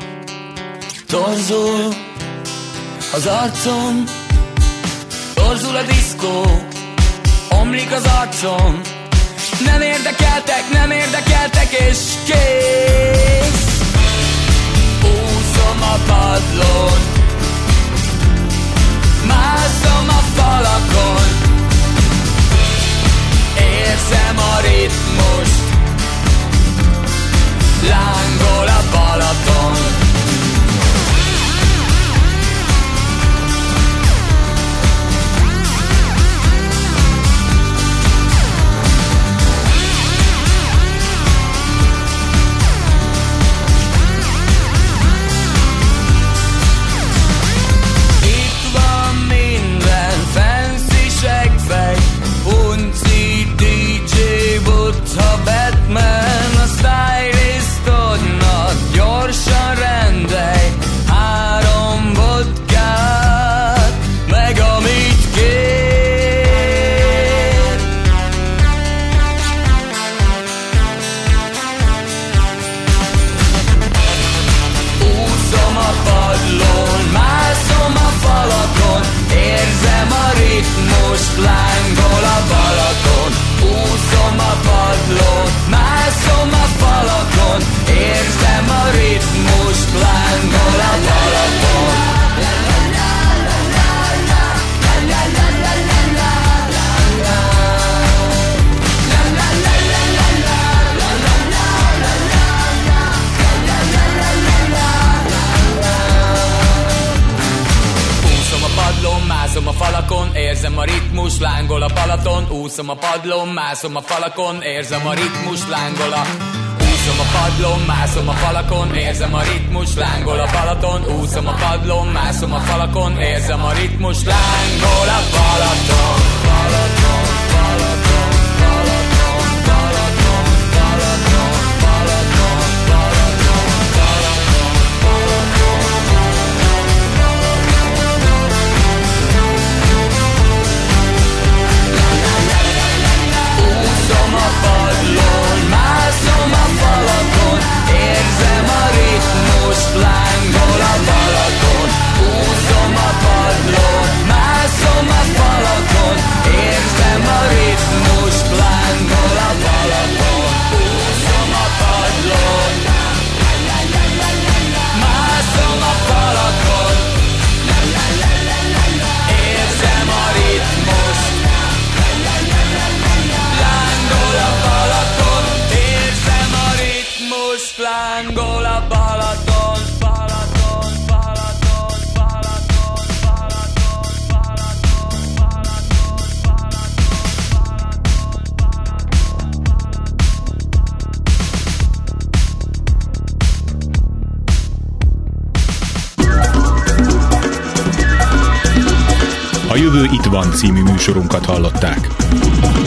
torzul az arcom, torzul a diszkó, omlik az arcom. Nem érdekeltek és kész. Úszom a padlón, mászom a falakon, érzem a ritmust, lángol a Balaton. érzem a ritmus, lángol a Balaton, úszom a padlón, mászom a falakon, érzem a ritmus, lángol a... Úszom a padlón, mászom a falakon, érzem a ritmus, lángol a Balaton, úszom a padlón, mászom a falakon, érzem a ritmus, lángol a Balaton, Balaton, Balaton, Balaton, Balaton, Balaton, Balaton, Balaton, Balaton, úszom a padlón, mászom a falakon, érzem a ritmust, lángol a Balaton, úszom a padlón, mászom a falakon, érzem a ritmust, lángol a Balaton, úszom a padlón, mászom a falakon, érzem a ritmust, lángol a Balaton, érzem a ritmust, lángol a Balaton, Balaton, Balaton, Balaton, Balaton, A Jövő itt van című műsorunkat hallották.